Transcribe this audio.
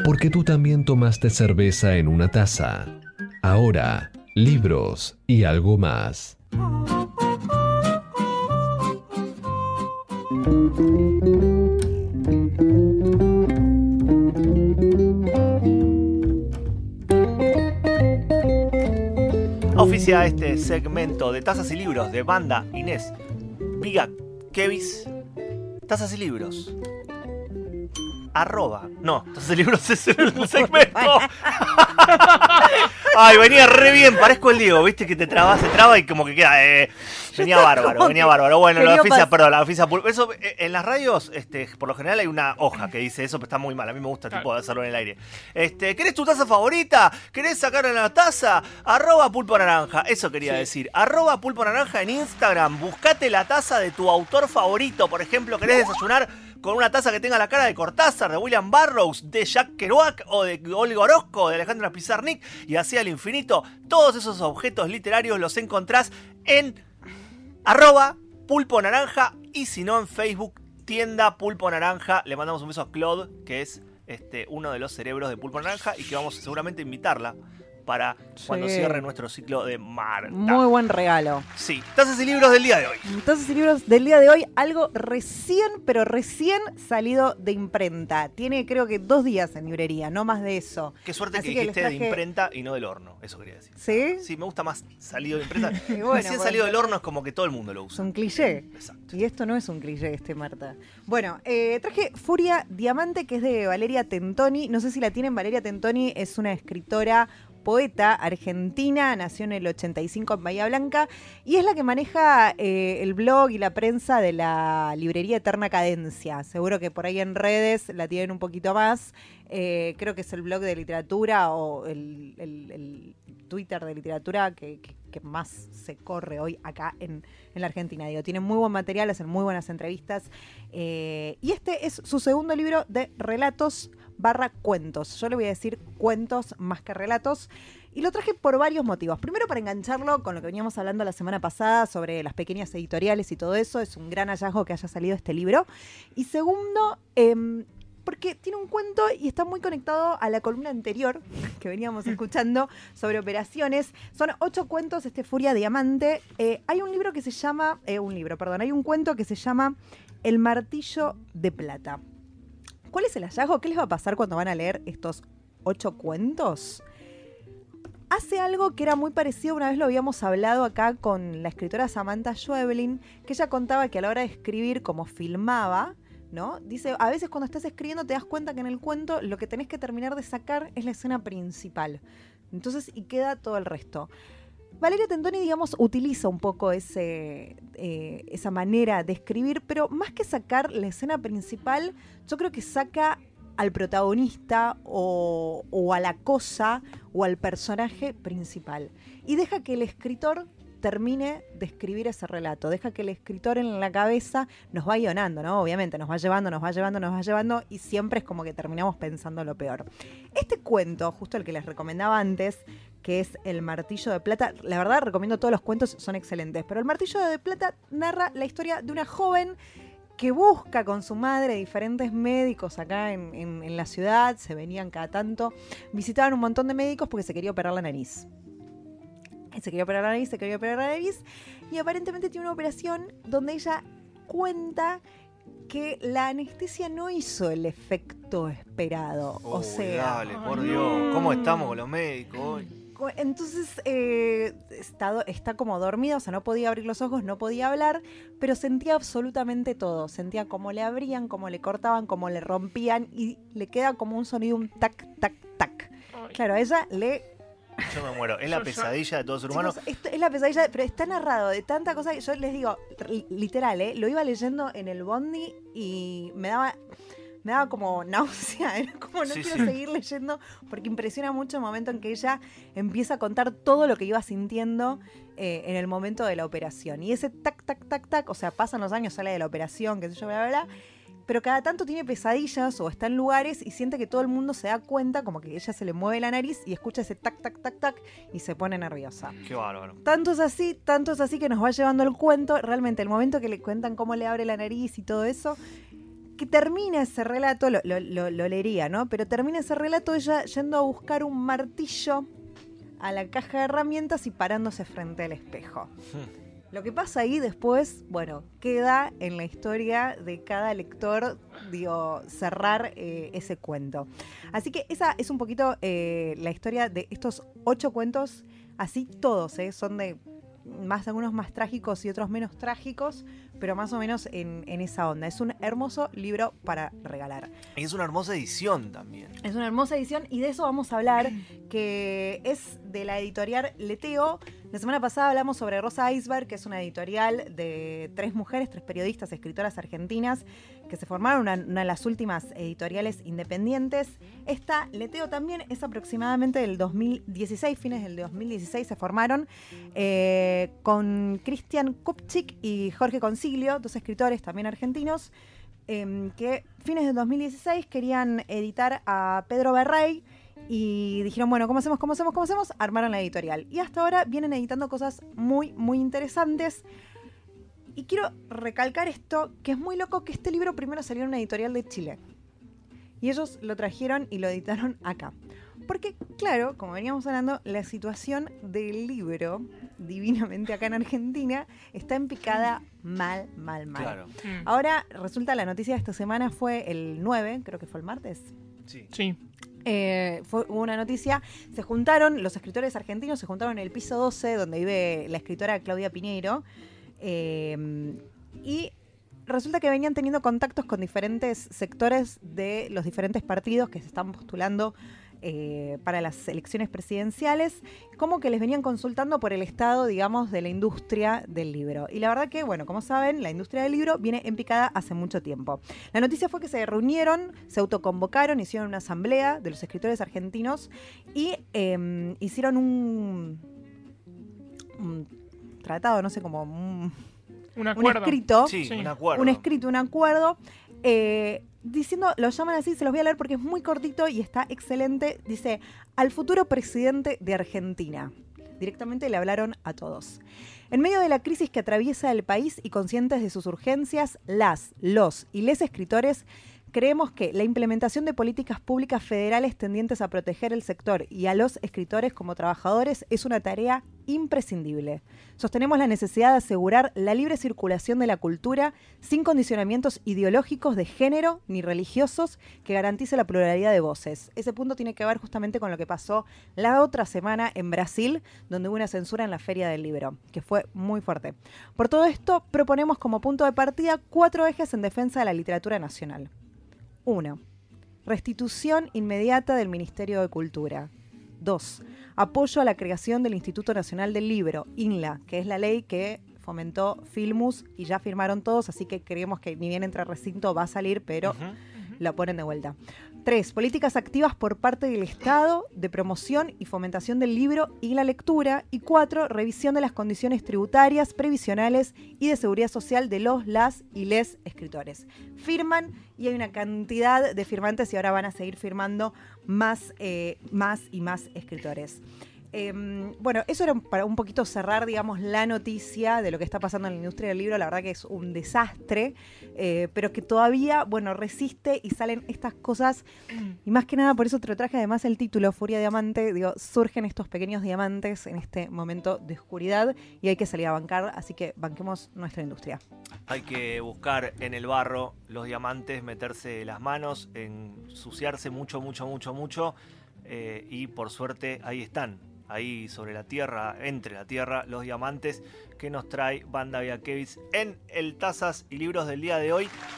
porque tú también tomaste cerveza en una taza. Ahora, libros y algo más. Oficia este segmento de Tazas y Libros de Banda Inés Viga Kevis. Tazas y Libros. Tazas y Libros es el segmento. Ay, venía re bien, parezco el Diego, viste que se traba y como que queda. Venía bárbaro. Bueno, la oficia pulpo. Eso, en las radios, por lo general hay una hoja que dice eso, pero está muy mal. A mí me gusta tipo hacerlo en el aire. ¿Querés tu taza favorita? ¿Querés sacar la taza? @pulpo naranja. Eso quería decir. @pulpo naranja en Instagram. Buscate la taza de tu autor favorito. Por ejemplo, ¿querés desayunar con una taza que tenga la cara de Cortázar, de William Burroughs, de Jack Kerouac o de Olga Orozco, de Alejandra Pizarnik y así al infinito? Todos esos objetos literarios los encontrás en @pulpo naranja y si no en Facebook, tienda Pulpo Naranja. Le mandamos un beso a Claude, que es uno de los cerebros de Pulpo Naranja y que vamos seguramente a invitarla para cuando cierre nuestro ciclo de Marta. Muy buen regalo. Sí, tazas y libros del día de hoy. Tazas y libros del día de hoy, algo recién salido de imprenta. Tiene creo que 2 días en librería, no más de eso. Qué suerte que dijiste de imprenta y no del horno, eso quería decir. ¿Sí? Sí, me gusta más salido de imprenta. Bueno, recién salido del horno es como que todo el mundo lo usa. Es un cliché. Exacto. Y esto no es un cliché, Marta. Bueno, traje Furia Diamante, que es de Valeria Tentoni. No sé si la tienen. Valeria Tentoni es una escritora, poeta argentina, nació en el 85 en Bahía Blanca y es la que maneja el blog y la prensa de la librería Eterna Cadencia. Seguro que por ahí en redes la tienen un poquito más. Creo que es el blog de literatura o el Twitter de literatura que más se corre hoy acá en la Argentina. Digo, tienen muy buen material, hacen muy buenas entrevistas. Y este es su segundo libro de relatos / cuentos. Yo le voy a decir cuentos más que relatos. Y lo traje por varios motivos. Primero, para engancharlo con lo que veníamos hablando la semana pasada sobre las pequeñas editoriales y todo eso. Es un gran hallazgo que haya salido este libro. Y segundo, porque tiene un cuento y está muy conectado a la columna anterior que veníamos escuchando sobre operaciones. Son 8 cuentos, Furia Diamante. Hay un libro que se llama, hay un cuento que se llama El Martillo de Plata. ¿Cuál es el hallazgo? ¿Qué les va a pasar cuando van a leer estos 8 cuentos? Hace algo que era muy parecido, una vez lo habíamos hablado acá con la escritora Samantha Schweblin, que ella contaba que a la hora de escribir, como filmaba, ¿no? Dice, a veces cuando estás escribiendo te das cuenta que en el cuento lo que tenés que terminar de sacar es la escena principal. Entonces, y queda todo el resto. Valeria Tentoni, digamos, utiliza un poco esa manera de escribir, pero más que sacar la escena principal, yo creo que saca al protagonista o a la cosa o al personaje principal. Y deja que el escritor termine de escribir ese relato. Deja que el escritor en la cabeza nos va guionando, ¿no? Obviamente nos va llevando y siempre es como que terminamos pensando lo peor. Este cuento, justo el que les recomendaba antes, que es El Martillo de Plata, la verdad recomiendo todos los cuentos, son excelentes, pero El Martillo de Plata narra la historia de una joven que busca con su madre diferentes médicos acá en la ciudad, se venían cada tanto, visitaban un montón de médicos porque se quería operar la nariz. Se quería operar la nariz y aparentemente tiene una operación donde ella cuenta que la anestesia no hizo el efecto esperado. O sea... Dale, por Dios, ¿cómo estamos con los médicos hoy? Entonces está como dormida, o sea, no podía abrir los ojos, no podía hablar, pero sentía absolutamente todo. Sentía cómo le abrían, cómo le cortaban, cómo le rompían y le queda como un sonido, un tac, tac, tac. Ay. Claro, a ella le... Yo me muero. Es la pesadilla de todo ser humano. Chicos, es la pesadilla, pero está narrado de tanta cosa que yo les digo, literal, lo iba leyendo en el bondi y me daba como náusea, era como no quiero seguir leyendo porque impresiona mucho el momento en que ella empieza a contar todo lo que iba sintiendo en el momento de la operación. Y ese tac, tac, tac, tac, o sea, pasan los años, sale de la operación, qué sé yo, bla, bla, bla, pero cada tanto tiene pesadillas o está en lugares y siente que todo el mundo se da cuenta, como que ella se le mueve la nariz y escucha ese tac, tac, tac, tac y se pone nerviosa. Qué bárbaro. Tanto es así que nos va llevando el cuento. Realmente el momento que le cuentan cómo le abre la nariz y todo eso, que termina ese relato, lo leería, ¿no? Pero termina ese relato ella yendo a buscar un martillo a la caja de herramientas y parándose frente al espejo. Lo que pasa ahí después, bueno, queda en la historia de cada lector, cerrar ese cuento. Así que esa es un poquito la historia de estos 8 cuentos, así todos, son de algunos más trágicos y otros menos trágicos, pero más o menos en esa onda. Es un hermoso libro para regalar. Y es una hermosa edición también. Es una hermosa edición y de eso vamos a hablar, que es de la editorial Leteo. La semana pasada hablamos sobre Rosa Iceberg, que es una editorial de 3 mujeres, 3 periodistas, escritoras argentinas, que se formaron una de las últimas editoriales independientes. Esta Leteo también es aproximadamente del 2016, fines del 2016 se formaron, con Cristian Kupchik y Jorge Consiglio, 2 escritores también argentinos, que fines del 2016 querían editar a Pedro Berrey y dijeron, bueno, ¿cómo hacemos? Armaron la editorial. Y hasta ahora vienen editando cosas muy, muy interesantes. Y quiero recalcar esto, que es muy loco, que este libro primero salió en una editorial de Chile. Y ellos lo trajeron y lo editaron acá. Porque, claro, como veníamos hablando, la situación del libro, divinamente acá en Argentina, está en picada mal. Claro. Ahora, resulta, la noticia de esta semana fue el 9, creo que fue el martes. Sí. Hubo una noticia, se juntaron, los escritores argentinos se juntaron en el piso 12, donde vive la escritora Claudia Piñeiro, y resulta que venían teniendo contactos con diferentes sectores de los diferentes partidos que se están postulando para las elecciones presidenciales, como que les venían consultando por el estado, digamos, de la industria del libro. Y la verdad que, bueno, como saben, la industria del libro viene en picada hace mucho tiempo. La noticia fue que se reunieron, se autoconvocaron, hicieron una asamblea de los escritores argentinos y hicieron un tratado, no sé, como un acuerdo. Un escrito. Sí, un acuerdo. Un acuerdo. Diciendo, lo llaman así, se los voy a leer porque es muy cortito y está excelente. Dice, al futuro presidente de Argentina. Directamente le hablaron a todos. En medio de la crisis que atraviesa el país y conscientes de sus urgencias, los y les escritores creemos que la implementación de políticas públicas federales tendientes a proteger el sector y a los escritores como trabajadores es una tarea imprescindible. Sostenemos la necesidad de asegurar la libre circulación de la cultura sin condicionamientos ideológicos de género ni religiosos que garantice la pluralidad de voces. Ese punto tiene que ver justamente con lo que pasó la otra semana en Brasil, donde hubo una censura en la Feria del Libro, que fue muy fuerte. Por todo esto, proponemos como punto de partida 4 ejes en defensa de la literatura nacional. 1. Restitución inmediata del Ministerio de Cultura. 2. Apoyo a la creación del Instituto Nacional del Libro, INLA, que es la ley que fomentó Filmus y ya firmaron todos, así que creemos que ni bien entra recinto va a salir, pero la ponen de vuelta. 3. Políticas activas por parte del Estado de promoción y fomentación del libro y la lectura. Y 4. Revisión de las condiciones tributarias, previsionales y de seguridad social de los, las y les escritores. Firman y hay una cantidad de firmantes y ahora van a seguir firmando más y más escritores. Bueno, eso era para un poquito cerrar, digamos, la noticia de lo que está pasando en la industria del libro. La verdad que es un desastre, pero que todavía, bueno, resiste y salen estas cosas. Y más que nada, por eso te lo traje además el título, Furia Diamante. Digo, surgen estos pequeños diamantes en este momento de oscuridad y hay que salir a bancar, así que banquemos nuestra industria. Hay que buscar en el barro los diamantes, meterse las manos, ensuciarse mucho, y por suerte ahí están. Ahí sobre la tierra, entre la tierra, los diamantes que nos trae Banda Viakevitz en el Tazas y Libros del día de hoy.